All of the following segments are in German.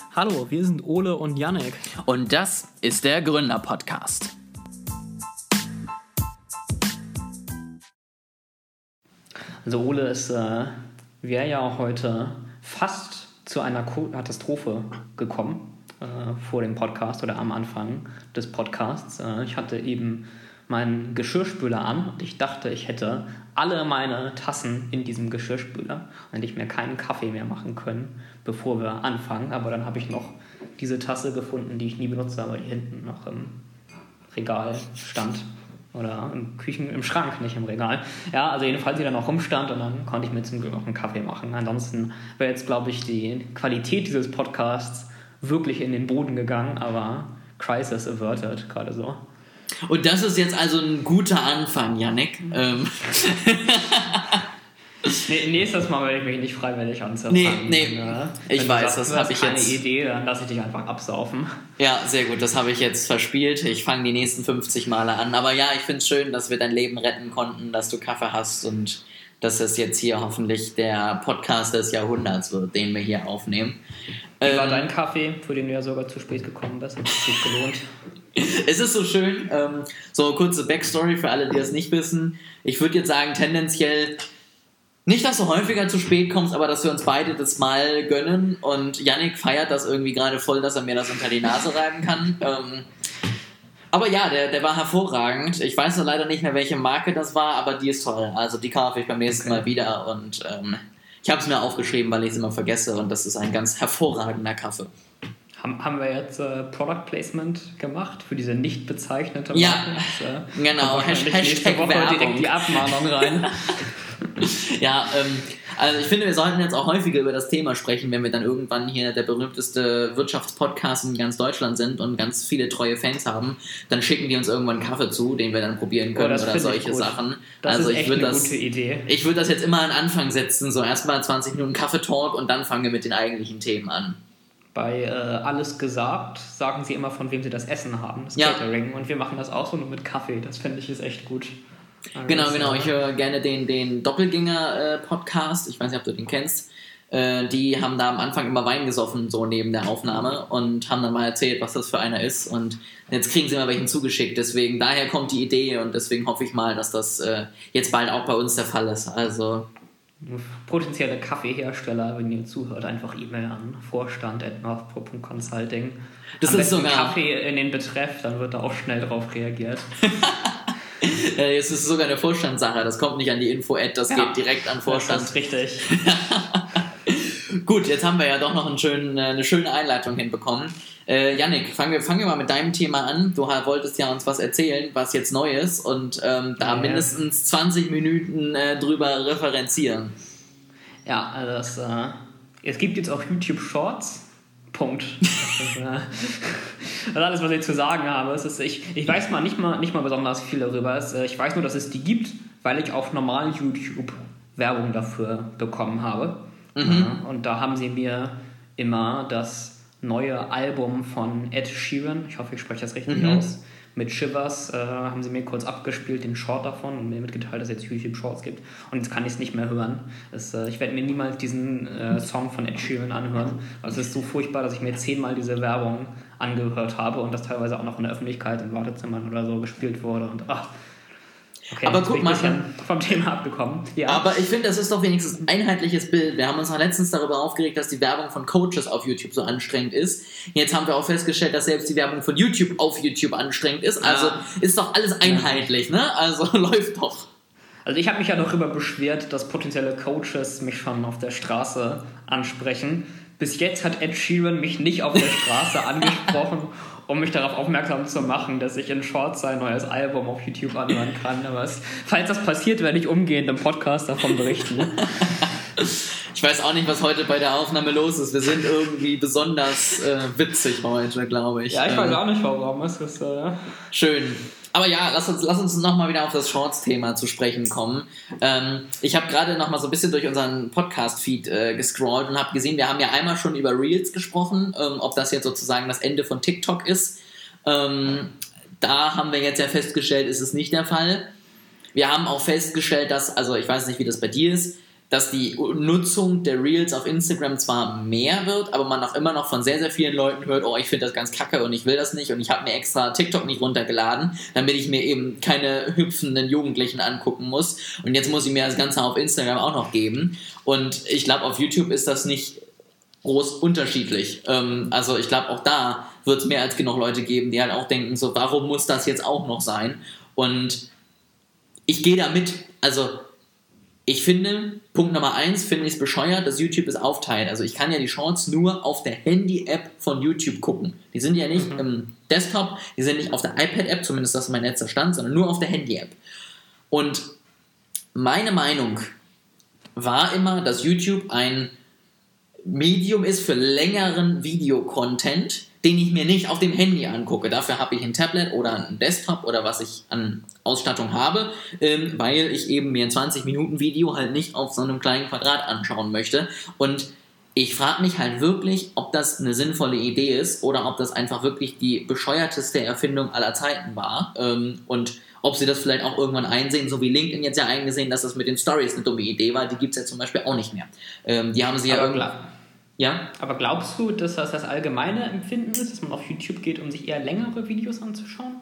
Hallo, wir sind Ole und Yannick. Und das ist der Gründer-Podcast. Also Ole, es wäre ja heute fast zu einer Katastrophe gekommen vor dem Podcast oder am Anfang des Podcasts. Ich hatte eben meinen Geschirrspüler an und ich dachte, ich hätte alle meine Tassen in diesem Geschirrspüler und hätte ich mir keinen Kaffee mehr machen können, bevor wir anfangen. Aber dann habe ich noch diese Tasse gefunden, die ich nie benutze, aber die hinten noch im Regal stand. Oder im Schrank, nicht im Regal. Ja, also jedenfalls die dann noch rumstand und dann konnte ich mir zum Glück noch einen Kaffee machen. Ansonsten wäre jetzt, glaube ich, die Qualität dieses Podcasts wirklich in den Boden gegangen, aber Crisis averted, gerade so. Und das ist jetzt also ein guter Anfang, Yannick. Nächstes Mal werde ich mich nicht freiwillig anzapfen. Nee, ich weiß, das habe ich jetzt... keine Idee, dann lasse ich dich einfach absaufen. Ja, sehr gut, das habe ich jetzt verspielt. Ich fange die nächsten 50 Male an. Aber ja, ich finde es schön, dass wir dein Leben retten konnten, dass du Kaffee hast und dass es jetzt hier hoffentlich der Podcast des Jahrhunderts wird, den wir hier aufnehmen. Wie war dein Kaffee, für den du ja sogar zu spät gekommen bist? Hat sich gut gelohnt. Es ist so schön, so eine kurze Backstory für alle, die das nicht wissen. Ich würde jetzt sagen, tendenziell nicht, dass du häufiger zu spät kommst, aber dass wir uns beide das mal gönnen. Und Yannick feiert das irgendwie gerade voll, dass er mir das unter die Nase reiben kann. Aber ja, der war hervorragend. Ich weiß nur leider nicht mehr, welche Marke das war, aber die ist toll. Also die kaufe ich beim nächsten Mal wieder. Und ich habe es mir aufgeschrieben, weil ich es immer vergesse. Und das ist ein ganz hervorragender Kaffee. Haben wir jetzt Product Placement gemacht für diese nicht bezeichnete Marke? Ja, genau. Nächste Woche Werbung. direkt die Abmahnung rein. Ja, also ich finde, wir sollten jetzt auch häufiger über das Thema sprechen, wenn wir dann irgendwann hier der berühmteste Wirtschaftspodcast in ganz Deutschland sind und ganz viele treue Fans haben, dann schicken die uns irgendwann einen Kaffee zu, den wir dann probieren können oder solche Sachen. Das ist echt eine gute Idee. Ich würde das jetzt immer an Anfang setzen, so erstmal 20 Minuten Kaffeetalk und dann fangen wir mit den eigentlichen Themen an. Bei Alles gesagt sagen sie immer, von wem sie das Essen haben, das Catering. Und wir machen das auch so nur mit Kaffee. Das finde ich ist echt gut. Genau. Ich höre gerne den Doppelgänger-Podcast. Ich weiß nicht, ob du den kennst. Die haben da am Anfang immer Wein gesoffen, so neben der Aufnahme und haben dann mal erzählt, was das für einer ist. Und jetzt kriegen sie mal welchen zugeschickt. Deswegen, daher kommt die Idee und deswegen hoffe ich mal, dass das jetzt bald auch bei uns der Fall ist. Also... Potenzielle Kaffeehersteller, wenn ihr zuhört, einfach E-Mail an vorstand@northpro.consulting. Das ist sogar Kaffee in den Betreff, dann wird da auch schnell drauf reagiert. Es ist sogar eine Vorstandssache, das kommt nicht an die Info-Ad, das geht direkt an Vorstand. Das ist richtig. Gut, jetzt haben wir ja doch noch eine schöne Einleitung hinbekommen. Yannick, fangen wir mal mit deinem Thema an. Du wolltest ja uns was erzählen, was jetzt neu ist und mindestens 20 Minuten drüber referenzieren. Ja, also es gibt jetzt auch YouTube Shorts. Punkt. Das ist alles, was ich zu sagen habe. Ich weiß nicht mal besonders viel darüber. Ich weiß nur, dass es die gibt, weil ich auf normal YouTube Werbung dafür bekommen habe. Mhm. Und da haben sie mir immer das neue Album von Ed Sheeran, ich hoffe, ich spreche das richtig aus, mit Shivers, haben sie mir kurz abgespielt, den Short davon, und mir mitgeteilt, dass es jetzt YouTube Shorts gibt. Und jetzt kann ich es nicht mehr hören. Ich werde mir niemals diesen Song von Ed Sheeran anhören. Also es ist so furchtbar, dass ich mir 10-mal diese Werbung angehört habe und das teilweise auch noch in der Öffentlichkeit, in Wartezimmern oder so gespielt wurde. Und okay, aber guck mal, vom Thema abgekommen. Ja. Aber ich finde, das ist doch wenigstens ein einheitliches Bild. Wir haben uns letztens darüber aufgeregt, dass die Werbung von Coaches auf YouTube so anstrengend ist. Jetzt haben wir auch festgestellt, dass selbst die Werbung von YouTube auf YouTube anstrengend ist. Also ist doch alles einheitlich, ne? Also läuft doch. Also ich habe mich ja darüber beschwert, dass potenzielle Coaches mich schon auf der Straße ansprechen. Bis jetzt hat Ed Sheeran mich nicht auf der Straße angesprochen, um mich darauf aufmerksam zu machen, dass ich in Shorts sein neues Album auf YouTube anhören kann. Aber falls das passiert, werde ich umgehend im Podcast davon berichten. Ich weiß auch nicht, was heute bei der Aufnahme los ist. Wir sind irgendwie besonders witzig heute, glaube ich. Ja, ich weiß auch nicht, warum. Es ist schön. Aber ja, lass uns nochmal wieder auf das Shorts-Thema zu sprechen kommen. Ich habe gerade nochmal so ein bisschen durch unseren Podcast-Feed gescrollt und habe gesehen, wir haben ja einmal schon über Reels gesprochen, ob das jetzt sozusagen das Ende von TikTok ist. Da haben wir jetzt ja festgestellt, ist es nicht der Fall. Wir haben auch festgestellt, dass, also ich weiß nicht, wie das bei dir ist, dass die Nutzung der Reels auf Instagram zwar mehr wird, aber man auch immer noch von sehr, sehr vielen Leuten hört, oh, ich finde das ganz kacke und ich will das nicht und ich habe mir extra TikTok nicht runtergeladen, damit ich mir eben keine hüpfenden Jugendlichen angucken muss und jetzt muss ich mir das Ganze auf Instagram auch noch geben und ich glaube, auf YouTube ist das nicht groß unterschiedlich. Also ich glaube, auch da wird es mehr als genug Leute geben, die halt auch denken, so, warum muss das jetzt auch noch sein? Und ich gehe da mit, also ich finde, Punkt Nummer 1, finde ich es bescheuert, dass YouTube es aufteilt. Also ich kann ja die Shorts nur auf der Handy-App von YouTube gucken. Die sind ja nicht im Desktop, die sind nicht auf der iPad-App, zumindest das ist mein letzter Stand, sondern nur auf der Handy-App. Und meine Meinung war immer, dass YouTube ein Medium ist für längeren Videocontent, den ich mir nicht auf dem Handy angucke. Dafür habe ich ein Tablet oder einen Desktop oder was ich an Ausstattung habe, weil ich eben mir ein 20-Minuten-Video halt nicht auf so einem kleinen Quadrat anschauen möchte. Und ich frage mich halt wirklich, ob das eine sinnvolle Idee ist oder ob das einfach wirklich die bescheuerteste Erfindung aller Zeiten war. Und ob sie das vielleicht auch irgendwann einsehen, so wie LinkedIn jetzt ja eingesehen, dass das mit den Stories eine dumme Idee war. Die gibt es ja zum Beispiel auch nicht mehr. Die haben sie ja irgendwann... Ja? Aber glaubst du, dass das allgemeine Empfinden ist, dass man auf YouTube geht, um sich eher längere Videos anzuschauen?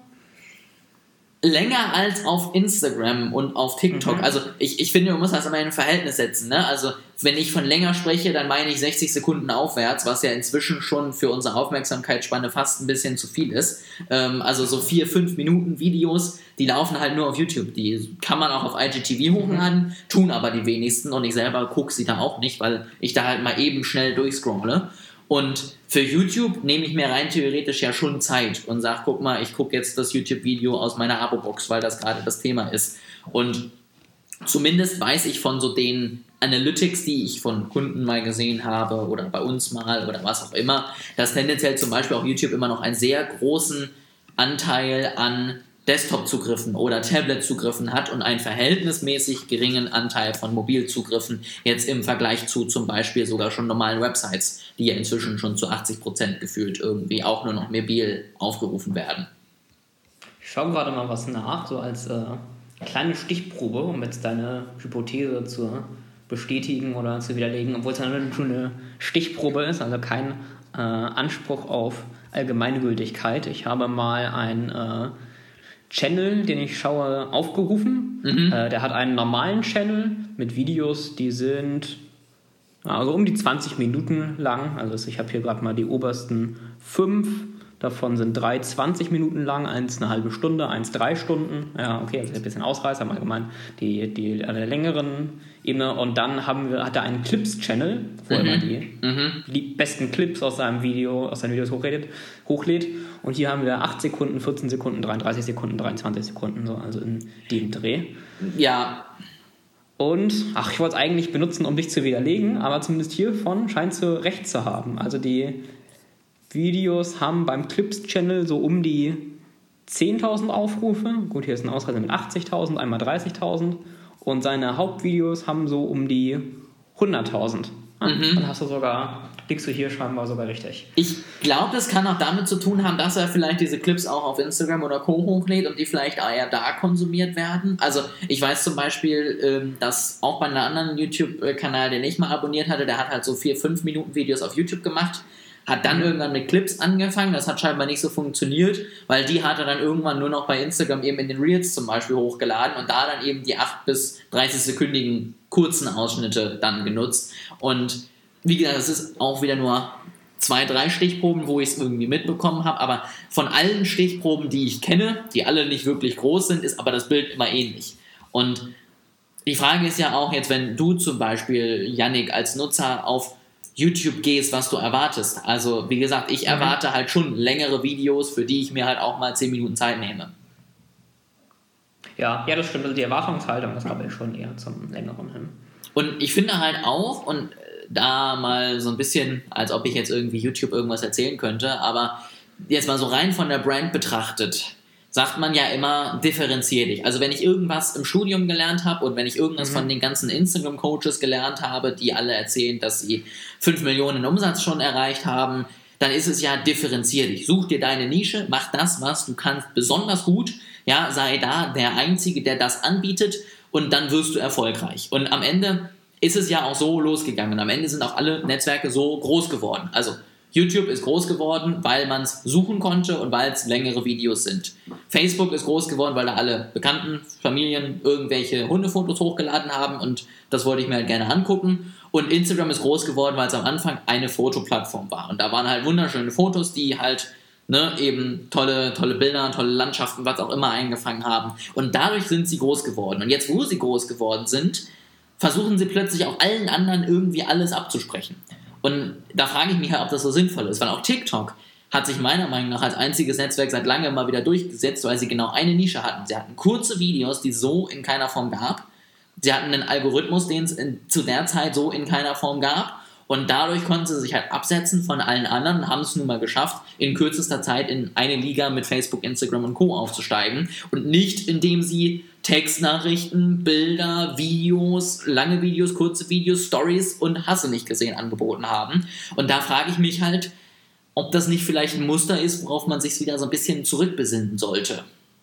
Länger als auf Instagram und auf TikTok. Also ich finde, man muss das immer in ein Verhältnis setzen. Ne? Also wenn ich von länger spreche, dann meine ich 60 Sekunden aufwärts, was ja inzwischen schon für unsere Aufmerksamkeitsspanne fast ein bisschen zu viel ist. Also so 4-5 Minuten Videos, die laufen halt nur auf YouTube. Die kann man auch auf IGTV hochladen, tun aber die wenigsten und ich selber gucke sie da auch nicht, weil ich da halt mal eben schnell durchscrolle. Und für YouTube nehme ich mir rein theoretisch ja schon Zeit und sage, guck mal, ich gucke jetzt das YouTube-Video aus meiner Abo-Box, weil das gerade das Thema ist. Und zumindest weiß ich von so den Analytics, die ich von Kunden mal gesehen habe oder bei uns mal oder was auch immer, dass tendenziell zum Beispiel auch YouTube immer noch einen sehr großen Anteil an Desktop-Zugriffen oder Tablet-Zugriffen hat und einen verhältnismäßig geringen Anteil von Mobilzugriffen jetzt im Vergleich zu zum Beispiel sogar schon normalen Websites, die ja inzwischen schon zu 80% gefühlt irgendwie auch nur noch mobil aufgerufen werden. Ich schaue gerade mal was nach, so als kleine Stichprobe, um jetzt deine Hypothese zu bestätigen oder zu widerlegen, obwohl es dann schon eine Stichprobe ist, also kein Anspruch auf Allgemeingültigkeit. Ich habe mal ein Channel, den ich schaue, aufgerufen. Der hat einen normalen Channel mit Videos, die sind also um die 20 Minuten lang. Also ich habe hier gerade mal die obersten 5. Davon sind 3 20 Minuten lang, 1 eine halbe Stunde, 1 3 Stunden. Ja, okay, also ein bisschen Ausreißer, aber allgemein die an der längeren Ebene. Und dann hat er einen Clips-Channel, wo er immer die besten Clips aus seinen Videos hochlädt. Und hier haben wir 8 Sekunden, 14 Sekunden, 33 Sekunden, 23 Sekunden, so, also in dem Dreh. Ja. Und, ich wollte es eigentlich benutzen, um dich zu widerlegen, aber zumindest hiervon scheint es recht zu haben. Also die Videos haben beim Clips-Channel so um die 10.000 Aufrufe. Gut, hier ist ein Ausreißer mit 80.000, einmal 30.000. Und seine Hauptvideos haben so um die 100.000. Dann liegst du hier scheinbar sogar richtig. Ich glaube, das kann auch damit zu tun haben, dass er vielleicht diese Clips auch auf Instagram oder Co. hochlädt und die vielleicht eher da konsumiert werden. Also ich weiß zum Beispiel, dass auch bei einem anderen YouTube-Kanal, den ich mal abonniert hatte, der hat halt so 4-5 Minuten Videos auf YouTube gemacht, hat dann irgendwann mit Clips angefangen, das hat scheinbar nicht so funktioniert, weil die hat er dann irgendwann nur noch bei Instagram eben in den Reels zum Beispiel hochgeladen und da dann eben die 8 bis 30-sekündigen kurzen Ausschnitte dann genutzt. Und wie gesagt, es ist auch wieder nur 2-3 Stichproben, wo ich es irgendwie mitbekommen habe, aber von allen Stichproben, die ich kenne, die alle nicht wirklich groß sind, ist aber das Bild immer ähnlich. Und die Frage ist ja auch jetzt, wenn du zum Beispiel, Yannick, als Nutzer auf YouTube gehst, was du erwartest. Also wie gesagt, ich erwarte halt schon längere Videos, für die ich mir halt auch mal 10 Minuten Zeit nehme. Ja, das stimmt. Also die Erwartungshaltung ist, glaube ich, schon eher zum längeren hin. Und ich finde halt auch, und da mal so ein bisschen, als ob ich jetzt irgendwie YouTube irgendwas erzählen könnte, aber jetzt mal so rein von der Brand betrachtet, sagt man ja immer, differenzier dich. Also wenn ich irgendwas im Studium gelernt habe und wenn ich irgendwas von den ganzen Instagram-Coaches gelernt habe, die alle erzählen, dass sie 5 Millionen Umsatz schon erreicht haben, dann ist es ja, differenzier dich. Such dir deine Nische, mach das, was du kannst, besonders gut. Ja, sei da der Einzige, der das anbietet und dann wirst du erfolgreich. Und am Ende ist es ja auch so losgegangen. Und am Ende sind auch alle Netzwerke so groß geworden. Also YouTube ist groß geworden, weil man es suchen konnte und weil es längere Videos sind. Facebook ist groß geworden, weil da alle Bekannten, Familien irgendwelche Hundefotos hochgeladen haben und das wollte ich mir halt gerne angucken. Und Instagram ist groß geworden, weil es am Anfang eine Fotoplattform war. Und da waren halt wunderschöne Fotos, die halt eben tolle Bilder, tolle Landschaften, was auch immer eingefangen haben. Und dadurch sind sie groß geworden. Und jetzt, wo sie groß geworden sind, versuchen sie plötzlich auch allen anderen irgendwie alles abzusprechen. Und da frage ich mich halt, ob das so sinnvoll ist, weil auch TikTok hat sich meiner Meinung nach als einziges Netzwerk seit langem mal wieder durchgesetzt, weil sie genau eine Nische hatten. Sie hatten kurze Videos, die es so in keiner Form gab. Sie hatten einen Algorithmus, den es zu der Zeit so in keiner Form gab. Und dadurch konnten sie sich halt absetzen von allen anderen und haben es nun mal geschafft, in kürzester Zeit in eine Liga mit Facebook, Instagram und Co. aufzusteigen. Und nicht, indem sie Textnachrichten, Bilder, Videos, lange Videos, kurze Videos, Stories und hast du nicht gesehen angeboten haben. Und da frage ich mich halt, ob das nicht vielleicht ein Muster ist, worauf man sich wieder so ein bisschen zurückbesinnen sollte.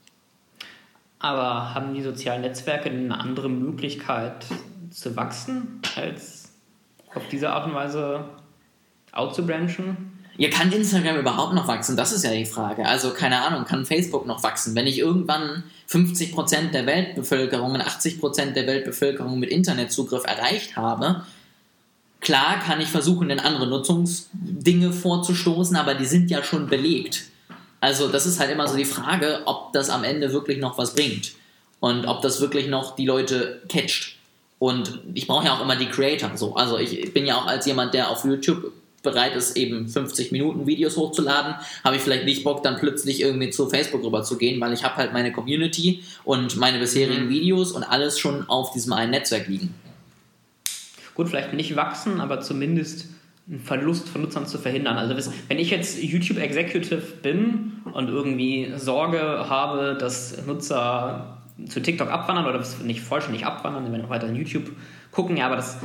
Aber haben die sozialen Netzwerke eine andere Möglichkeit zu wachsen, als auf diese Art und Weise auszubranchen? Ja, kann Instagram überhaupt noch wachsen? Das ist ja die Frage. Also, keine Ahnung, kann Facebook noch wachsen? Wenn ich irgendwann 50% der Weltbevölkerung und 80% der Weltbevölkerung mit Internetzugriff erreicht habe, klar kann ich versuchen, in andere Nutzungsdinge vorzustoßen, aber die sind ja schon belegt. Also, das ist halt immer so die Frage, ob das am Ende wirklich noch was bringt und ob das wirklich noch die Leute catcht. Und ich brauche ja auch immer die Creator. So. Also, ich bin ja auch als jemand, der auf YouTube bereit ist, eben 50 Minuten Videos hochzuladen, habe ich vielleicht nicht Bock, dann plötzlich irgendwie zu Facebook rüber zu gehen, weil ich habe halt meine Community und meine bisherigen Videos und alles schon auf diesem einen Netzwerk liegen. Gut, vielleicht nicht wachsen, aber zumindest einen Verlust von Nutzern zu verhindern. Also wenn ich jetzt YouTube Executive bin und irgendwie Sorge habe, dass Nutzer zu TikTok abwandern oder nicht vollständig abwandern, wenn wir weiterhin YouTube gucken, ja, aber dass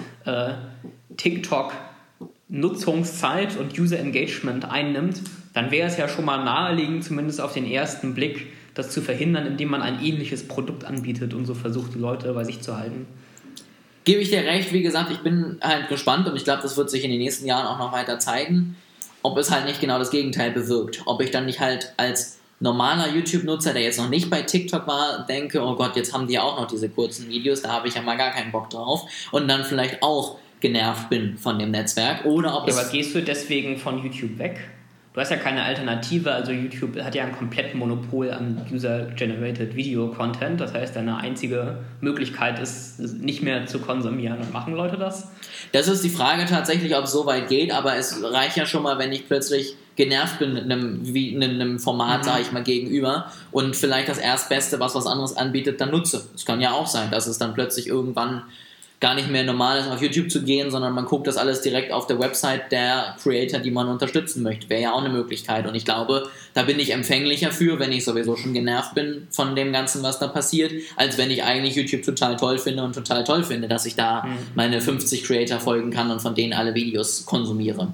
TikTok Nutzungszeit und User Engagement einnimmt, dann wäre es ja schon mal naheliegend, zumindest auf den ersten Blick, das zu verhindern, indem man ein ähnliches Produkt anbietet und so versucht, die Leute bei sich zu halten. Gebe ich dir recht, wie gesagt, ich bin halt gespannt und ich glaube, das wird sich in den nächsten Jahren auch noch weiter zeigen, ob es halt nicht genau das Gegenteil bewirkt. Ob ich dann nicht halt als normaler YouTube-Nutzer, der jetzt noch nicht bei TikTok war, denke, oh Gott, jetzt haben die auch noch diese kurzen Videos, da habe ich ja mal gar keinen Bock drauf und dann vielleicht auch genervt bin von dem Netzwerk oder ob aber gehst du deswegen von YouTube weg? Du hast ja keine Alternative, also YouTube hat ja ein komplettes Monopol an User-Generated Video-Content, das heißt, deine einzige Möglichkeit ist, nicht mehr zu konsumieren. Und machen Leute das? Das ist die Frage tatsächlich, ob es so weit geht, aber es reicht ja schon mal, wenn ich plötzlich genervt bin mit einem Format, sage ich mal, gegenüber und vielleicht das Erstbeste, was anderes anbietet, dann nutze. Es kann ja auch sein, dass es dann plötzlich irgendwann gar nicht mehr normal ist, auf YouTube zu gehen, sondern man guckt das alles direkt auf der Website der Creator, die man unterstützen möchte. Wäre ja auch eine Möglichkeit. Und ich glaube, da bin ich empfänglicher für, wenn ich sowieso schon genervt bin von dem Ganzen, was da passiert, als wenn ich eigentlich YouTube total toll finde und total toll finde, dass ich da meine 50 Creator folgen kann und von denen alle Videos konsumiere.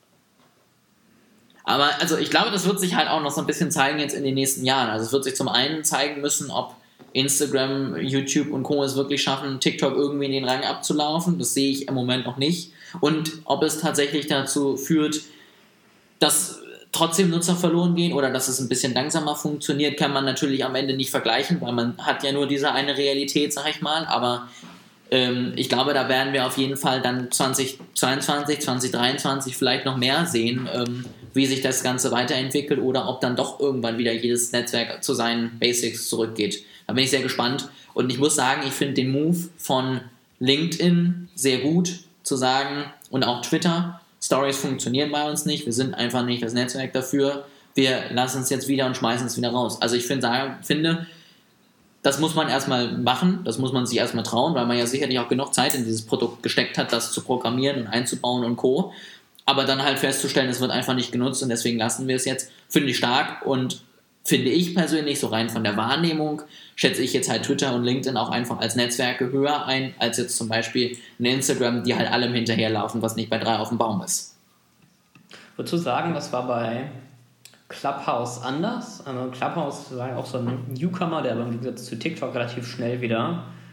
Aber also ich glaube, das wird sich halt auch noch so ein bisschen zeigen jetzt in den nächsten Jahren. Also es wird sich zum einen zeigen müssen, ob Instagram, YouTube und Co. es wirklich schaffen, TikTok irgendwie in den Rang abzulaufen. Das sehe ich im Moment noch nicht. Und ob es tatsächlich dazu führt, dass trotzdem Nutzer verloren gehen oder dass es ein bisschen langsamer funktioniert, kann man natürlich am Ende nicht vergleichen, weil man hat ja nur diese eine Realität, sag ich mal. Aber ich glaube, da werden wir auf jeden Fall dann 2022, 2023 vielleicht noch mehr sehen, wie sich das Ganze weiterentwickelt oder ob dann doch irgendwann wieder jedes Netzwerk zu seinen Basics zurückgeht. Da bin ich sehr gespannt und ich muss sagen, ich finde den Move von LinkedIn sehr gut zu sagen und auch Twitter, Stories funktionieren bei uns nicht, wir sind einfach nicht das Netzwerk dafür, wir lassen es jetzt wieder und schmeißen es wieder raus. Also ich finde, das muss man erstmal machen, das muss man sich erstmal trauen, weil man ja sicherlich auch genug Zeit in dieses Produkt gesteckt hat, das zu programmieren und einzubauen und Co. Aber dann halt festzustellen, es wird einfach nicht genutzt und deswegen lassen wir es jetzt, finde ich stark und finde ich persönlich, so rein von der Wahrnehmung, schätze ich jetzt halt Twitter und LinkedIn auch einfach als Netzwerke höher ein, als jetzt zum Beispiel ein Instagram, die halt allem hinterherlaufen, was nicht bei 3 auf dem Baum ist. Würdest du sagen, das war bei Clubhouse anders? Also Clubhouse war ja auch so ein Newcomer, der aber im Gegensatz zu TikTok relativ schnell wieder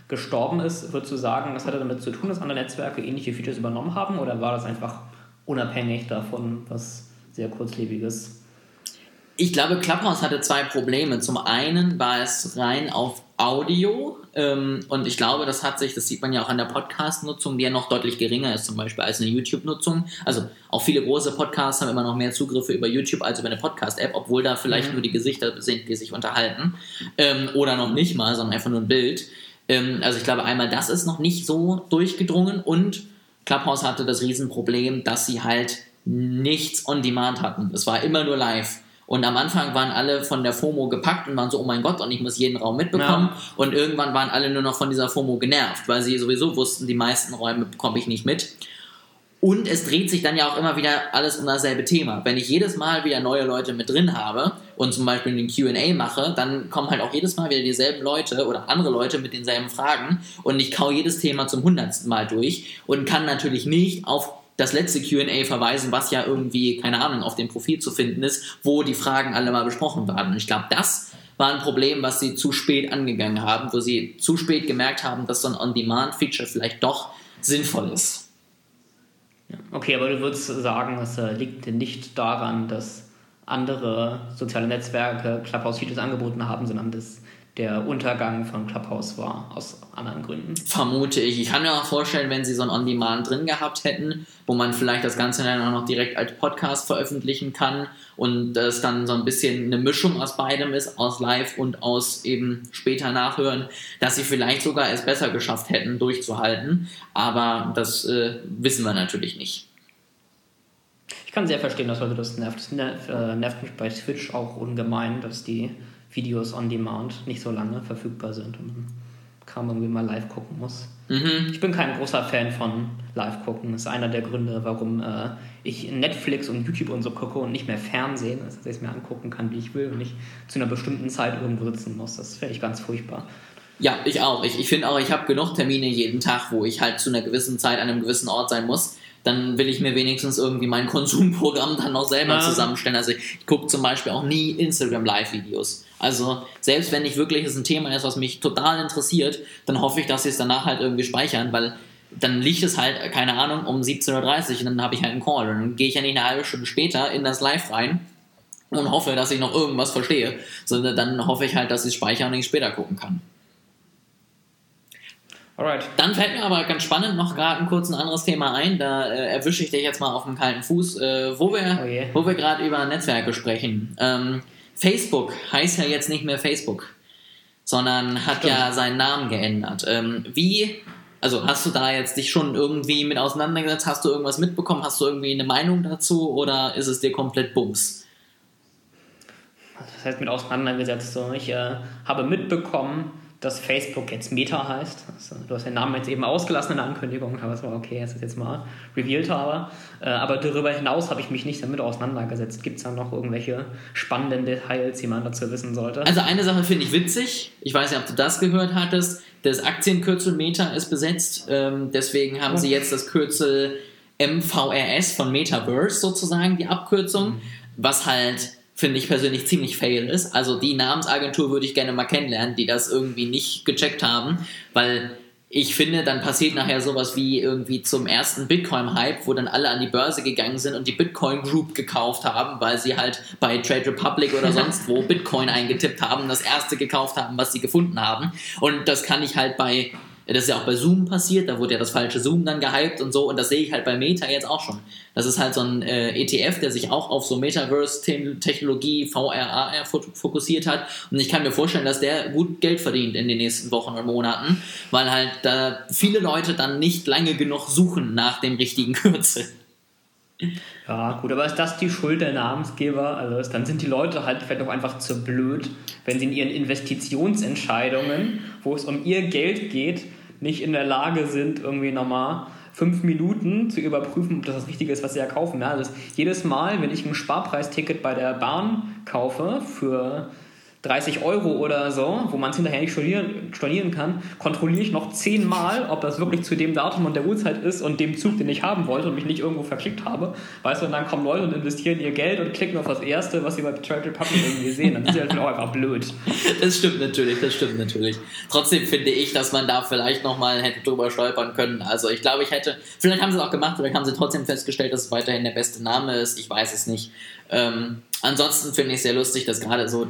gestorben ist, würdest du sagen, das hatte damit zu tun, dass andere Netzwerke ähnliche Features übernommen haben, oder war das einfach unabhängig davon, was sehr kurzlebiges? Ich glaube, Clubhouse hatte 2 Probleme. Zum einen war es rein auf Audio und ich glaube, das sieht man ja auch an der Podcast-Nutzung, die ja noch deutlich geringer ist zum Beispiel als eine YouTube-Nutzung. Also auch viele große Podcasts haben immer noch mehr Zugriffe über YouTube als über eine Podcast-App, obwohl da vielleicht nur die Gesichter sind, die sich unterhalten oder noch nicht mal, sondern einfach nur ein Bild. Also ich glaube einmal, das ist noch nicht so durchgedrungen und Clubhouse hatte das Riesenproblem, dass sie halt nichts on demand hatten. Es war immer nur live. Und am Anfang waren alle von der FOMO gepackt und waren so, oh mein Gott, und ich muss jeden Raum mitbekommen. Ja. Und irgendwann waren alle nur noch von dieser FOMO genervt, weil sie sowieso wussten, die meisten Räume bekomme ich nicht mit. Und es dreht sich dann ja auch immer wieder alles um dasselbe Thema. Wenn ich jedes Mal wieder neue Leute mit drin habe und zum Beispiel einen Q&A mache, dann kommen halt auch jedes Mal wieder dieselben Leute oder andere Leute mit denselben Fragen und ich kau jedes Thema zum 100. Mal durch und kann natürlich nicht auf das letzte Q&A verweisen, was ja irgendwie, keine Ahnung, auf dem Profil zu finden ist, wo die Fragen alle mal besprochen waren. Und ich glaube, das war ein Problem, was sie zu spät angegangen haben, wo sie zu spät gemerkt haben, dass so ein On-Demand-Feature vielleicht doch sinnvoll ist. Okay, aber du würdest sagen, es liegt nicht daran, dass andere soziale Netzwerke Clubhouse-Features angeboten haben, sondern dass der Untergang von Clubhouse war, aus anderen Gründen. Vermute ich. Ich kann mir auch vorstellen, wenn sie so ein On-Demand drin gehabt hätten, wo man vielleicht das Ganze dann auch noch direkt als Podcast veröffentlichen kann und es dann so ein bisschen eine Mischung aus beidem ist, aus Live und aus eben später Nachhören, dass sie vielleicht sogar es besser geschafft hätten, durchzuhalten. Aber das wissen wir natürlich nicht. Ich kann sehr verstehen, dass Leute das nervt. Das nervt mich bei Twitch auch ungemein, dass die Videos on Demand nicht so lange verfügbar sind und man kaum irgendwie mal live gucken muss. Ich bin kein großer Fan von live gucken. Das ist einer der Gründe, warum ich Netflix und YouTube und so gucke und nicht mehr Fernsehen, also dass ich es mir angucken kann, wie ich will und nicht zu einer bestimmten Zeit irgendwo sitzen muss. Das finde ich ganz furchtbar. Ja, ich auch. Ich finde auch, ich habe genug Termine jeden Tag, wo ich halt zu einer gewissen Zeit an einem gewissen Ort sein muss. Dann will ich mir wenigstens irgendwie mein Konsumprogramm dann noch selber zusammenstellen. Also ich gucke zum Beispiel auch nie Instagram-Live-Videos. Also selbst wenn nicht wirklich es ein Thema ist, was mich total interessiert, dann hoffe ich, dass sie es danach halt irgendwie speichern, weil dann liegt es halt, keine Ahnung, um 17.30 Uhr und dann habe ich halt einen Call. Und dann gehe ich ja nicht eine halbe Stunde später in das Live rein und hoffe, dass ich noch irgendwas verstehe, sondern dann hoffe ich halt, dass ich es speichern und ich später gucken kann. Alright. Dann fällt mir aber ganz spannend noch gerade ein anderes Thema ein. Da erwische ich dich jetzt mal auf dem kalten Fuß, wo wir gerade über Netzwerke sprechen. Facebook heißt ja jetzt nicht mehr Facebook, sondern hat ja seinen Namen geändert. Also hast du da jetzt dich schon irgendwie mit auseinandergesetzt? Hast du irgendwas mitbekommen? Hast du irgendwie eine Meinung dazu oder ist es dir komplett Bums? Das heißt mit auseinandergesetzt. So. Ich habe mitbekommen, dass Facebook jetzt Meta heißt. Also, du hast den Namen jetzt eben ausgelassen in der Ankündigung, aber es war okay, dass ich es jetzt mal revealed habe. Aber darüber hinaus habe ich mich nicht damit auseinandergesetzt. Gibt es da noch irgendwelche spannenden Details, die man dazu wissen sollte? Also eine Sache finde ich witzig. Ich weiß nicht, ob du das gehört hattest. Das Aktienkürzel Meta ist besetzt. Deswegen haben sie jetzt das Kürzel MVRS von Metaverse sozusagen, die Abkürzung. Was halt, finde ich persönlich, ziemlich fail ist. Also die Namensagentur würde ich gerne mal kennenlernen, die das irgendwie nicht gecheckt haben, weil ich finde, dann passiert nachher sowas wie irgendwie zum ersten Bitcoin-Hype, wo dann alle an die Börse gegangen sind und die Bitcoin Group gekauft haben, weil sie halt bei Trade Republic oder sonst wo Bitcoin eingetippt haben, das erste gekauft haben, was sie gefunden haben. Und das kann ich halt das ist ja auch bei Zoom passiert, da wurde ja das falsche Zoom dann gehypt und so, und das sehe ich halt bei Meta jetzt auch schon. Das ist halt so ein ETF, der sich auch auf so Metaverse-Technologie, VR, AR fokussiert hat, und ich kann mir vorstellen, dass der gut Geld verdient in den nächsten Wochen und Monaten, weil halt da viele Leute dann nicht lange genug suchen nach dem richtigen Kürzel. Ja, gut, aber ist das die Schuld der Namensgeber? Also dann sind die Leute halt vielleicht auch einfach zu blöd, wenn sie in ihren Investitionsentscheidungen, wo es um ihr Geld geht, nicht in der Lage sind, irgendwie nochmal 5 Minuten zu überprüfen, ob das Richtige ist, was sie ja kaufen. Ja, also jedes Mal, wenn ich ein Sparpreisticket bei der Bahn kaufe für 30 Euro oder so, wo man es hinterher nicht stornieren kann, kontrolliere ich noch 10-mal, ob das wirklich zu dem Datum und der Uhrzeit ist und dem Zug, den ich haben wollte und mich nicht irgendwo verschickt habe. Weißt du, und dann kommen Leute und investieren ihr Geld und klicken auf das Erste, was sie bei Trade Republic irgendwie sehen. Dann ist sie halt auch einfach blöd. Das stimmt natürlich. Trotzdem finde ich, dass man da vielleicht nochmal hätte drüber stolpern können. Also ich glaube, vielleicht haben sie es auch gemacht, vielleicht haben sie trotzdem festgestellt, dass es weiterhin der beste Name ist. Ich weiß es nicht. Ansonsten finde ich es sehr lustig, dass gerade so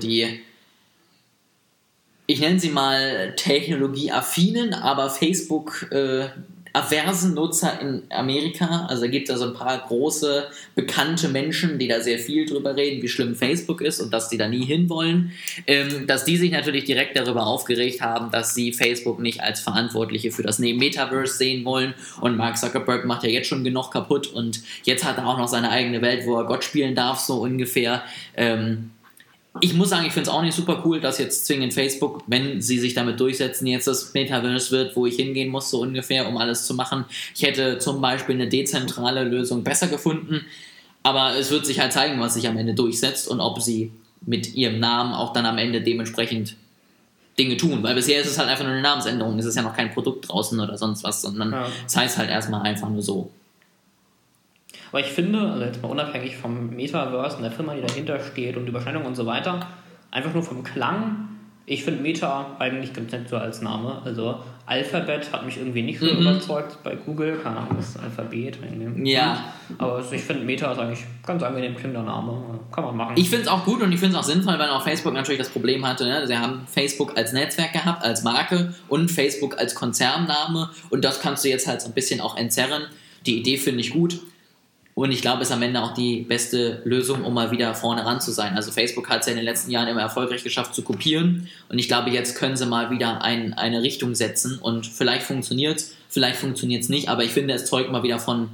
ich nenne sie mal technologieaffinen, aber Facebook-aversen Nutzer in Amerika, also da gibt es ja so ein paar große, bekannte Menschen, die da sehr viel drüber reden, wie schlimm Facebook ist und dass die da nie hinwollen, dass die sich natürlich direkt darüber aufgeregt haben, dass sie Facebook nicht als Verantwortliche für das Metaverse sehen wollen, und Mark Zuckerberg macht ja jetzt schon genug kaputt und jetzt hat er auch noch seine eigene Welt, wo er Gott spielen darf, so ungefähr. Ich muss sagen, ich finde es auch nicht super cool, dass jetzt zwingend Facebook, wenn sie sich damit durchsetzen, jetzt das Metaverse wird, wo ich hingehen muss, so ungefähr, um alles zu machen. Ich hätte zum Beispiel eine dezentrale Lösung besser gefunden, aber es wird sich halt zeigen, was sich am Ende durchsetzt und ob sie mit ihrem Namen auch dann am Ende dementsprechend Dinge tun, weil bisher ist es halt einfach nur eine Namensänderung, es ist ja noch kein Produkt draußen oder sonst was, sondern es heißt halt erstmal einfach nur so. Aber ich finde, also jetzt mal unabhängig vom Metaverse und der Firma, die dahinter steht und Überschneidungen und so weiter, einfach nur vom Klang, ich finde Meta eigentlich ganz nett so als Name. Also Alphabet hat mich irgendwie nicht so überzeugt bei Google, keine Ahnung, das ist Alphabet. Ja. Aber ich finde Meta ist eigentlich ganz angenehm klingender Name, kann man machen. Ich finde es auch gut und ich finde es auch sinnvoll, weil auch Facebook natürlich das Problem hatte, ne? Sie haben Facebook als Netzwerk gehabt, als Marke und Facebook als Konzernname und das kannst du jetzt halt so ein bisschen auch entzerren. Die Idee finde ich gut. Und ich glaube, es ist am Ende auch die beste Lösung, um mal wieder vorne ran zu sein. Also Facebook hat es ja in den letzten Jahren immer erfolgreich geschafft zu kopieren. Und ich glaube, jetzt können sie mal wieder eine Richtung setzen. Und vielleicht funktioniert es nicht. Aber ich finde, es zeugt mal wieder von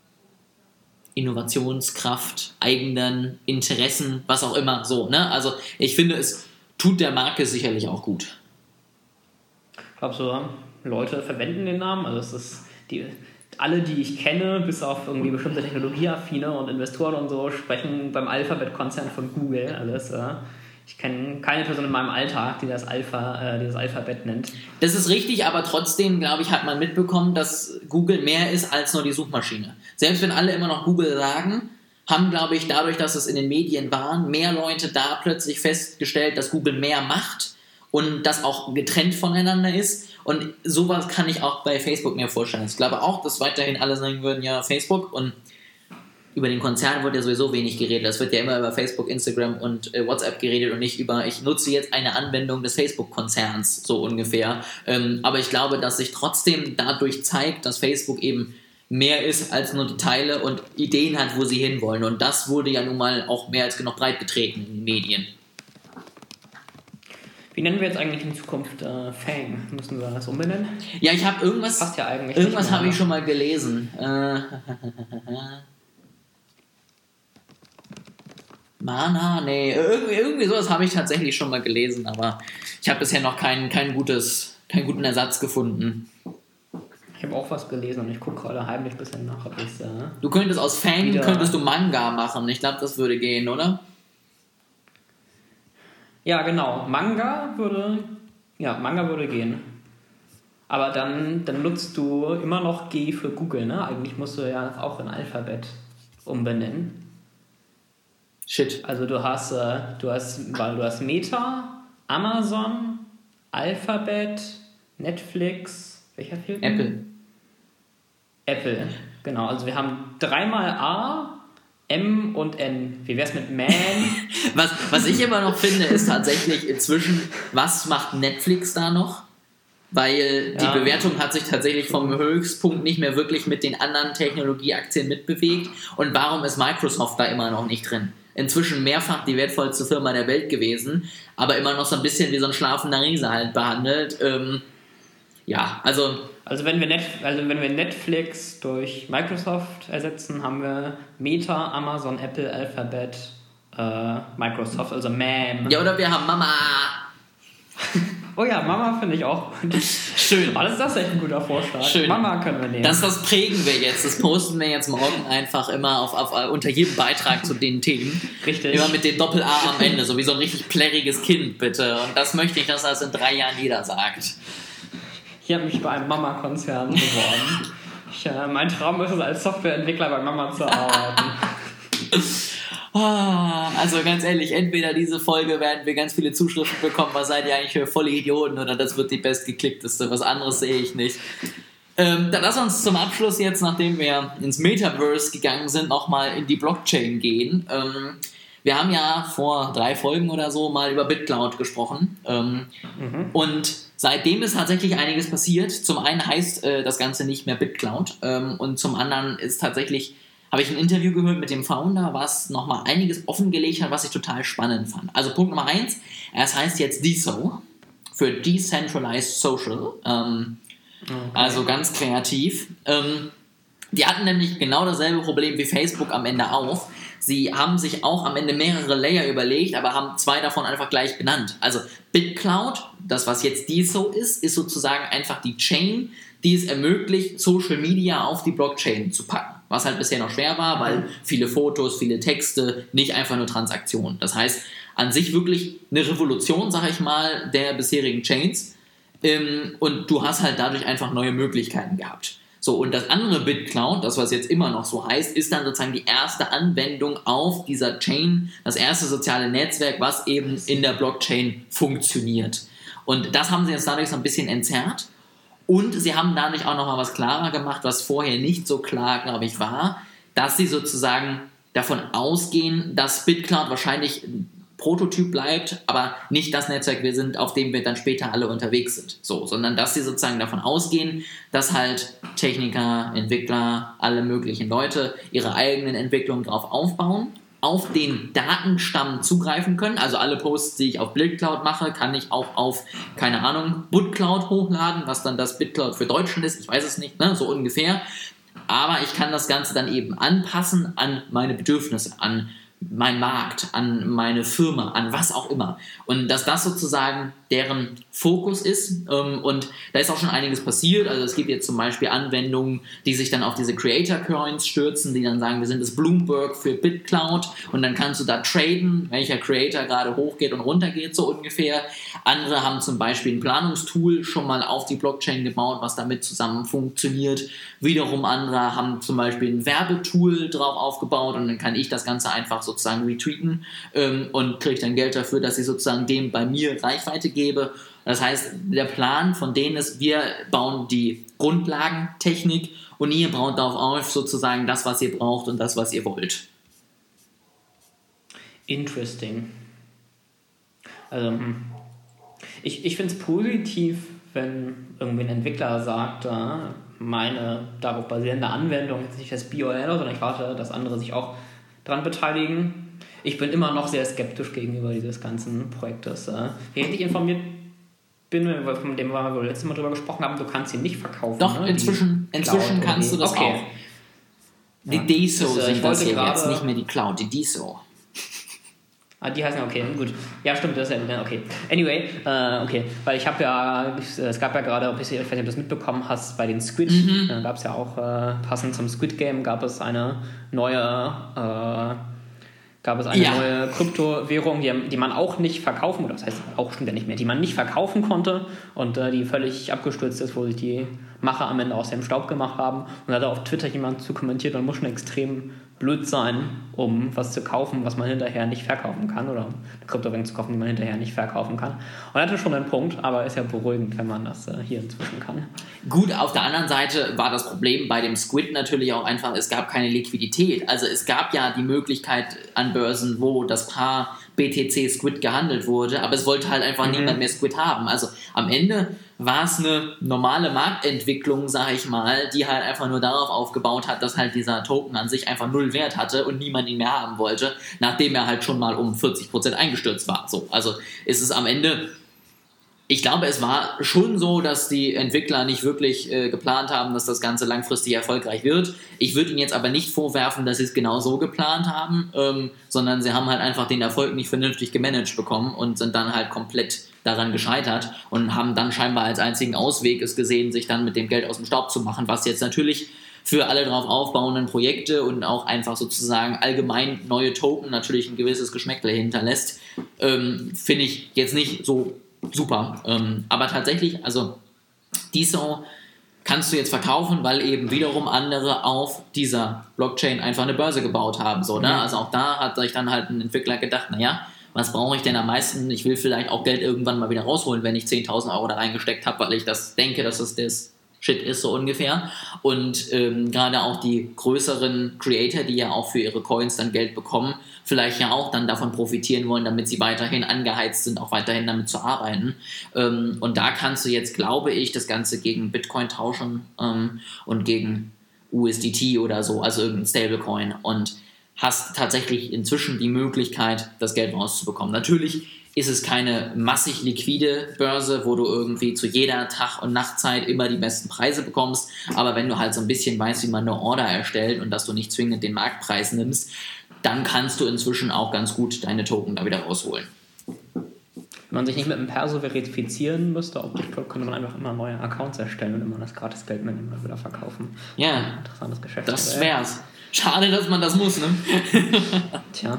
Innovationskraft, eigenen Interessen, was auch immer so. Ne? Also ich finde, es tut der Marke sicherlich auch gut. Glaubst du, Leute verwenden den Namen? Also es ist alle, die ich kenne, bis auf irgendwie bestimmte Technologieaffine und Investoren und so, sprechen beim Alphabet-Konzern von Google alles. Ich kenne keine Person in meinem Alltag, die das Alphabet nennt. Das ist richtig, aber trotzdem, glaube ich, hat man mitbekommen, dass Google mehr ist als nur die Suchmaschine. Selbst wenn alle immer noch Google sagen, haben, glaube ich, dadurch, dass es in den Medien waren, mehr Leute da plötzlich festgestellt, dass Google mehr macht und das auch getrennt voneinander ist. Und sowas kann ich auch bei Facebook mir vorstellen. Ich glaube auch, dass weiterhin alle sagen würden, ja, Facebook, und über den Konzern wird ja sowieso wenig geredet. Es wird ja immer über Facebook, Instagram und WhatsApp geredet und nicht über, ich nutze jetzt eine Anwendung des Facebook-Konzerns, so ungefähr. Aber ich glaube, dass sich trotzdem dadurch zeigt, dass Facebook eben mehr ist als nur die Teile und Ideen hat, wo sie hinwollen. Und das wurde ja nun mal auch mehr als genug breitgetreten in den Medien. Wie nennen wir jetzt eigentlich in Zukunft Fang? Müssen wir das umbenennen? Ja, ich habe irgendwas. Passt ja eigentlich. Irgendwas habe ich schon mal gelesen. Mana? Nee, irgendwie sowas habe ich tatsächlich schon mal gelesen, aber ich habe bisher noch keinen guten Ersatz gefunden. Ich habe auch was gelesen und ich gucke gerade heimlich ein bisschen nach, ob ich Du könntest aus Fang könntest du Manga machen. Ich glaube, das würde gehen, oder? Ja, genau. Manga würde gehen. Aber dann nutzt du immer noch G für Google, ne? Eigentlich musst du ja auch in Alphabet umbenennen. Shit. Also du hast Meta, Amazon, Alphabet, Netflix, welcher fehlt? Apple, genau. Also wir haben 3-mal A, M und N. Wie wär's mit Man? Was ich immer noch finde, ist tatsächlich inzwischen, was macht Netflix da noch? Weil die Bewertung hat sich tatsächlich vom Höchstpunkt nicht mehr wirklich mit den anderen Technologieaktien mitbewegt. Und warum ist Microsoft da immer noch nicht drin? Inzwischen mehrfach die wertvollste Firma der Welt gewesen, aber immer noch so ein bisschen wie so ein schlafender Riese halt behandelt. Also wenn wir Netflix durch Microsoft ersetzen, haben wir Meta, Amazon, Apple, Alphabet, Microsoft, also MAM. Ja, oder wir haben Mama. Oh ja, Mama finde ich auch gut. Schön. Oh, das ist echt ein guter Vorschlag. Schön. Mama können wir nehmen. Das prägen wir jetzt. Das posten wir jetzt morgen einfach immer unter jedem Beitrag zu den Themen. Richtig. Immer mit dem Doppel-A am Ende, so wie so ein richtig plärriges Kind, bitte. Und das möchte ich, dass das in 3 Jahren jeder sagt. Ich habe mich bei einem Mama-Konzern beworben. Mein Traum ist es, als Softwareentwickler bei Mama zu arbeiten. Also ganz ehrlich, entweder diese Folge werden wir ganz viele Zuschriften bekommen, was seid ihr eigentlich für volle Idioten, oder das wird die bestgeklickteste, was anderes sehe ich nicht. Dann lass uns zum Abschluss jetzt, nachdem wir ins Metaverse gegangen sind, nochmal in die Blockchain gehen. Wir haben ja vor 3 Folgen oder so mal über BitCloud gesprochen und seitdem ist tatsächlich einiges passiert. Zum einen heißt das Ganze nicht mehr BitCloud und zum anderen ist tatsächlich, habe ich ein Interview gehört mit dem Founder, was nochmal einiges offengelegt hat, was ich total spannend fand. Also Punkt Nummer 1, es heißt jetzt DeSo, für Decentralized Social, also ganz kreativ. Die hatten nämlich genau dasselbe Problem wie Facebook am Ende auch. Sie haben sich auch am Ende mehrere Layer überlegt, aber haben 2 davon einfach gleich benannt. Also BitCloud, das was jetzt DeSo ist sozusagen einfach die Chain, die es ermöglicht, Social Media auf die Blockchain zu packen. Was halt bisher noch schwer war, weil viele Fotos, viele Texte, nicht einfach nur Transaktionen. Das heißt, an sich wirklich eine Revolution, sag ich mal, der bisherigen Chains. Und du hast halt dadurch einfach neue Möglichkeiten gehabt. So, und das andere BitCloud, das was jetzt immer noch so heißt, ist dann sozusagen die erste Anwendung auf dieser Chain, das erste soziale Netzwerk, was eben in der Blockchain funktioniert. Und das haben sie jetzt dadurch so ein bisschen entzerrt. Und sie haben dadurch auch nochmal was klarer gemacht, was vorher nicht so klar, glaube ich, war, dass sie sozusagen davon ausgehen, dass BitCloud wahrscheinlich ein Prototyp bleibt, aber nicht das Netzwerk wir sind, auf dem wir dann später alle unterwegs sind. So, sondern dass sie sozusagen davon ausgehen, dass halt Techniker, Entwickler, alle möglichen Leute ihre eigenen Entwicklungen drauf aufbauen, auf den Datenstamm zugreifen können. Also alle Posts, die ich auf BitCloud mache, kann ich auch auf, keine Ahnung, BitCloud hochladen, was dann das BitCloud für Deutschland ist. Ich weiß es nicht, ne? So ungefähr. Aber ich kann das Ganze dann eben anpassen an meine Bedürfnisse, an meinen Markt, an meine Firma, an was auch immer. Und dass das sozusagen deren Fokus ist. Und da ist auch schon einiges passiert. Also es gibt jetzt zum Beispiel Anwendungen, die sich dann auf diese Creator Coins stürzen, die dann sagen, wir sind das Bloomberg für BitCloud und dann kannst du da traden, welcher Creator gerade hochgeht und runtergeht, so ungefähr. Andere haben zum Beispiel ein Planungstool schon mal auf die Blockchain gebaut, was damit zusammen funktioniert. Wiederum andere haben zum Beispiel ein Werbetool drauf aufgebaut und dann kann ich das Ganze einfach sozusagen retweeten und kriege dann Geld dafür, dass ich sozusagen dem bei mir Reichweite gebe. Das heißt, der Plan von denen ist, wir bauen die Grundlagentechnik und ihr baut darauf auf sozusagen das, was ihr braucht und das, was ihr wollt. Interesting. Also, ich finde es positiv, wenn irgendwie ein Entwickler sagt, meine darauf basierende Anwendung ist nicht das BOL, sondern ich warte, dass andere sich auch dran beteiligen. Ich bin immer noch sehr skeptisch gegenüber dieses ganzen Projektes. Während ich informiert bin, von dem wir letztes Mal drüber gesprochen haben, du kannst ihn nicht verkaufen. Doch, ne? inzwischen kannst du das auch. Die DeSo sind das hier jetzt, nicht mehr die Cloud, die DeSo. Die heißen, okay, gut. Ja, stimmt, das ist ja, okay. Anyway, okay, weil es gab ja gerade, ich weiß nicht, ob du das mitbekommen hast, bei den Squid, gab es ja auch, passend zum Squid Game, gab es eine neue Kryptowährung, die man auch nicht verkaufen, oder das heißt, auch stimmt ja nicht mehr, die man nicht verkaufen konnte und die völlig abgestürzt ist, wo sich die Macher am Ende aus dem Staub gemacht haben. Und da hat auf Twitter jemand zu kommentiert, man muss schon extrem blöd sein, um was zu kaufen, was man hinterher nicht verkaufen kann, oder eine Kryptowährung zu kaufen, die man hinterher nicht verkaufen kann. Und er hatte schon einen Punkt, aber ist ja beruhigend, wenn man das hier inzwischen kann. Gut, auf der anderen Seite war das Problem bei dem Squid natürlich auch einfach, es gab keine Liquidität. Also es gab ja die Möglichkeit an Börsen, wo das Paar BTC Squid gehandelt wurde, aber es wollte halt einfach niemand mehr Squid haben. Also am Ende war es eine normale Marktentwicklung, sag ich mal, die halt einfach nur darauf aufgebaut hat, dass halt dieser Token an sich einfach null Wert hatte und niemand ihn mehr haben wollte, nachdem er halt schon mal um 40% eingestürzt war. So, also ist es am Ende, ich glaube, es war schon so, dass die Entwickler nicht wirklich geplant haben, dass das Ganze langfristig erfolgreich wird. Ich würde ihnen jetzt aber nicht vorwerfen, dass sie es genau so geplant haben, sondern sie haben halt einfach den Erfolg nicht vernünftig gemanagt bekommen und sind dann halt komplett daran gescheitert und haben dann scheinbar als einzigen Ausweg es gesehen, sich dann mit dem Geld aus dem Staub zu machen, was jetzt natürlich für alle darauf aufbauenden Projekte und auch einfach sozusagen allgemein neue Token natürlich ein gewisses Geschmäckle hinterlässt, finde ich jetzt nicht so super. Aber tatsächlich, also DeSo kannst du jetzt verkaufen, weil eben wiederum andere auf dieser Blockchain einfach eine Börse gebaut haben. So, ne? Also auch da hat sich dann halt ein Entwickler gedacht, naja, was brauche ich denn am meisten? Ich will vielleicht auch Geld irgendwann mal wieder rausholen, wenn ich 10.000 Euro da reingesteckt habe, weil ich das denke, dass es das Shit ist, so ungefähr. Und gerade auch die größeren Creator, die ja auch für ihre Coins dann Geld bekommen, vielleicht ja auch dann davon profitieren wollen, damit sie weiterhin angeheizt sind, auch weiterhin damit zu arbeiten. Und da kannst du jetzt, glaube ich, das Ganze gegen Bitcoin tauschen und gegen USDT oder so, also irgendein Stablecoin, und hast tatsächlich inzwischen die Möglichkeit, das Geld rauszubekommen. Natürlich ist es keine massig liquide Börse, wo du irgendwie zu jeder Tag- und Nachtzeit immer die besten Preise bekommst, aber wenn du halt so ein bisschen weißt, wie man eine Order erstellt und dass du nicht zwingend den Marktpreis nimmst, dann kannst du inzwischen auch ganz gut deine Token da wieder rausholen. Wenn man sich nicht mit einem Perso verifizieren müsste, könnte man einfach immer neue Accounts erstellen und immer das Gratisgeld mitnehmen und wieder verkaufen. Ja, interessantes Geschäft. Das wär's. Schade, dass man das muss, ne? Tja.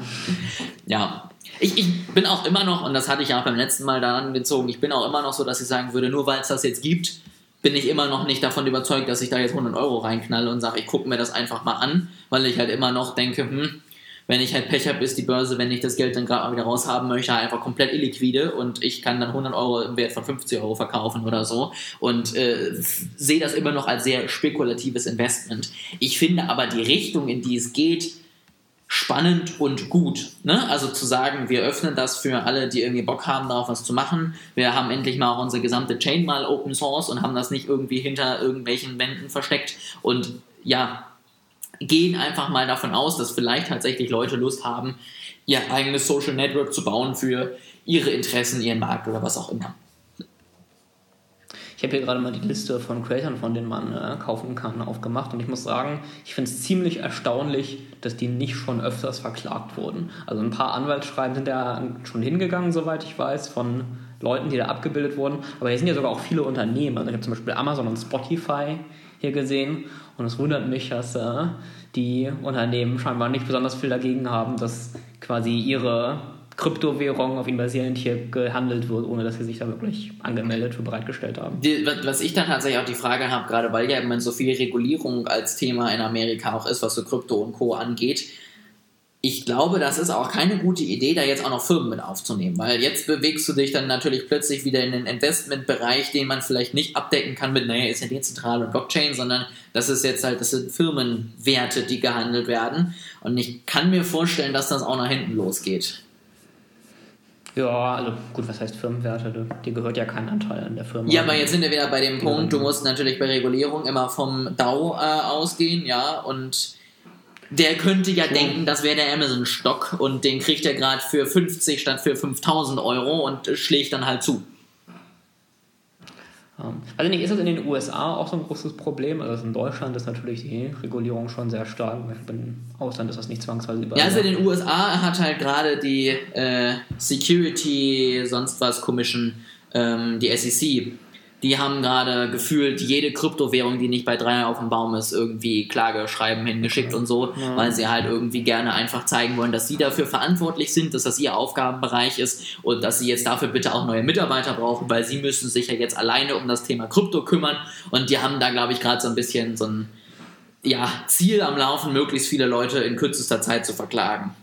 Ja. Ich bin auch immer noch, und das hatte ich ja auch beim letzten Mal daran gezogen, ich bin auch immer noch so, dass ich sagen würde, nur weil es das jetzt gibt, bin ich immer noch nicht davon überzeugt, dass ich da jetzt 100 Euro reinknalle und sage, ich gucke mir das einfach mal an, weil ich halt immer noch denke, wenn ich halt Pech habe, ist die Börse, wenn ich das Geld dann gerade mal wieder raushaben möchte, einfach komplett illiquide und ich kann dann 100 Euro im Wert von 50 Euro verkaufen oder so und sehe das immer noch als sehr spekulatives Investment. Ich finde aber die Richtung, in die es geht, spannend und gut. Ne? Also zu sagen, wir öffnen das für alle, die irgendwie Bock haben, darauf was zu machen. Wir haben endlich mal auch unsere gesamte Chain mal Open Source und haben das nicht irgendwie hinter irgendwelchen Wänden versteckt und ja, gehen einfach mal davon aus, dass vielleicht tatsächlich Leute Lust haben, ihr eigenes Social Network zu bauen für ihre Interessen, ihren Markt oder was auch immer. Ich habe hier gerade mal die Liste von Creatoren, von denen man kaufen kann, aufgemacht und ich muss sagen, ich finde es ziemlich erstaunlich, dass die nicht schon öfters verklagt wurden. Also ein paar Anwaltsschreiben sind ja schon hingegangen, soweit ich weiß, von Leuten, die da abgebildet wurden, aber hier sind ja sogar auch viele Unternehmen. Also ich habe zum Beispiel Amazon und Spotify hier gesehen und es wundert mich, dass die Unternehmen scheinbar nicht besonders viel dagegen haben, dass quasi ihre Kryptowährung auf ihnen basierend hier gehandelt wird, ohne dass sie sich da wirklich angemeldet für bereitgestellt haben. Was ich dann tatsächlich auch die Frage habe, gerade weil ja immer so viel Regulierung als Thema in Amerika auch ist, was so Krypto und Co. angeht, ich glaube, das ist auch keine gute Idee, da jetzt auch noch Firmen mit aufzunehmen, weil jetzt bewegst du dich dann natürlich plötzlich wieder in den Investmentbereich, den man vielleicht nicht abdecken kann mit, naja, ist ja dezentral und Blockchain, sondern das sind Firmenwerte, die gehandelt werden und ich kann mir vorstellen, dass das auch nach hinten losgeht. Ja, also gut, was heißt Firmenwerte? Dir gehört ja kein Anteil an der Firma. Ja, aber jetzt sind wir wieder bei dem Punkt, du musst natürlich bei Regulierung immer vom DAO ausgehen, ja, und der könnte ja denken, das wäre der Amazon-Stock und den kriegt er gerade für 50 statt für 5.000 Euro und schlägt dann halt zu. Also nicht, ist das in den USA auch so ein großes Problem? Also in Deutschland ist natürlich die Regulierung schon sehr stark. Im Ausland ist das nicht zwangsweise überall. Ja, also in den USA hat halt gerade die Security, sonst was Commission, die SEC, die haben gerade gefühlt jede Kryptowährung, die nicht bei 3 auf dem Baum ist, irgendwie Klageschreiben hingeschickt und so, weil sie halt irgendwie gerne einfach zeigen wollen, dass sie dafür verantwortlich sind, dass das ihr Aufgabenbereich ist und dass sie jetzt dafür bitte auch neue Mitarbeiter brauchen, weil sie müssen sich ja jetzt alleine um das Thema Krypto kümmern und die haben da, glaube ich, gerade so ein bisschen so ein Ziel am Laufen, möglichst viele Leute in kürzester Zeit zu verklagen.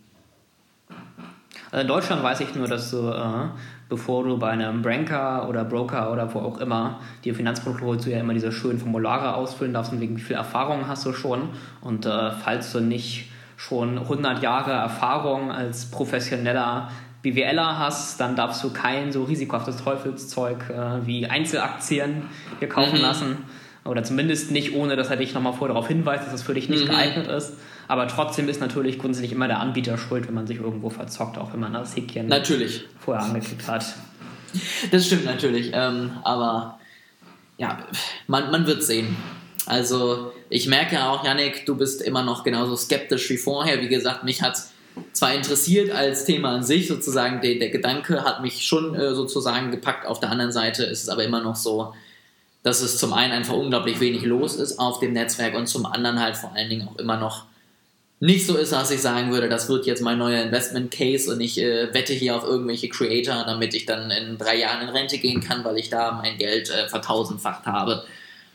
Also in Deutschland weiß ich nur, dass du, bevor du bei einem Broker oder wo auch immer dir Finanzprodukte holst, du ja immer diese schönen Formulare ausfüllen darfst und wegen wie viel Erfahrung hast du schon. Und falls du nicht schon 100 Jahre Erfahrung als professioneller BWLer hast, dann darfst du kein so risikohaftes Teufelszeug wie Einzelaktien hier kaufen lassen. Oder zumindest nicht, ohne dass er dich nochmal vorher darauf hinweist, dass das für dich nicht geeignet ist. Aber trotzdem ist natürlich grundsätzlich immer der Anbieter schuld, wenn man sich irgendwo verzockt, auch wenn man das Häkchen vorher angeklickt hat. Das stimmt natürlich, aber ja, man wird sehen. Also ich merke auch, Yannick, du bist immer noch genauso skeptisch wie vorher. Wie gesagt, mich hat zwar interessiert als Thema an sich, sozusagen der Gedanke hat mich schon sozusagen gepackt. Auf der anderen Seite ist es aber immer noch so, dass es zum einen einfach unglaublich wenig los ist auf dem Netzwerk und zum anderen halt vor allen Dingen auch immer noch nicht so ist, dass ich sagen würde, das wird jetzt mein neuer Investment Case und ich wette hier auf irgendwelche Creator, damit ich dann in 3 Jahren in Rente gehen kann, weil ich da mein Geld vertausendfacht habe.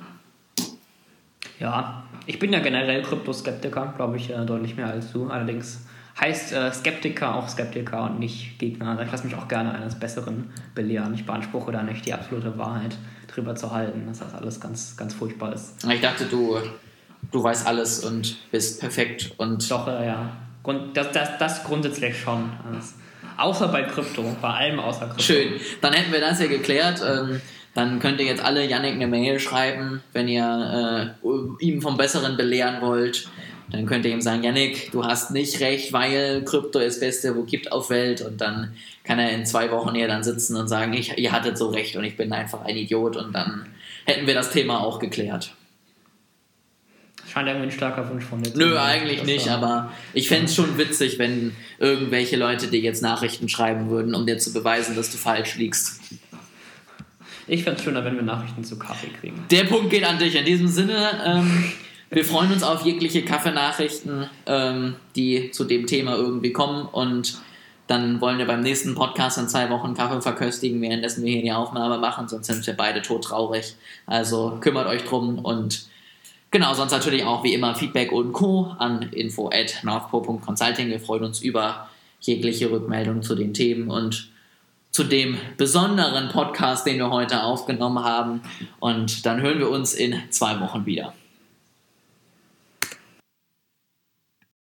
Ja, ich bin ja generell Kryptoskeptiker, glaube ich, deutlich mehr als du. Allerdings heißt Skeptiker auch Skeptiker und nicht Gegner. Also ich lasse mich auch gerne eines Besseren belehren. Ich beanspruche da nicht die absolute Wahrheit drüber zu halten, dass das alles ganz, ganz furchtbar ist. Ich dachte, du weißt alles und bist perfekt. Und doch, ja. Das grundsätzlich schon. Also, außer bei Krypto, bei allem außer Krypto. Schön, dann hätten wir das ja geklärt. Dann könnt ihr jetzt alle Yannick eine Mail schreiben, wenn ihr ihm vom Besseren belehren wollt. Dann könnt ihr ihm sagen, Yannick, du hast nicht recht, weil Krypto ist das Beste, wo gibt auf Welt. Und dann kann er in 2 Wochen hier dann sitzen und sagen, ihr hattet so recht und ich bin einfach ein Idiot. Und dann hätten wir das Thema auch geklärt. Scheint irgendwie ein starker Wunsch von dir zu sein. Nö, eigentlich nicht, aber ich fände es schon witzig, wenn irgendwelche Leute dir jetzt Nachrichten schreiben würden, um dir zu beweisen, dass du falsch liegst. Ich fände es schöner, wenn wir Nachrichten zu Kaffee kriegen. Der Punkt geht an dich. In diesem Sinne, wir freuen uns auf jegliche Kaffeenachrichten, die zu dem Thema irgendwie kommen. Und dann wollen wir beim nächsten Podcast in 2 Wochen Kaffee verköstigen, währenddessen wir hier die Aufnahme machen. Sonst sind wir beide todtraurig. Also kümmert euch drum. Und genau, sonst natürlich auch wie immer Feedback und Co. an info@northpole.consulting. Wir freuen uns über jegliche Rückmeldung zu den Themen und zu dem besonderen Podcast, den wir heute aufgenommen haben. Und dann hören wir uns in 2 Wochen wieder.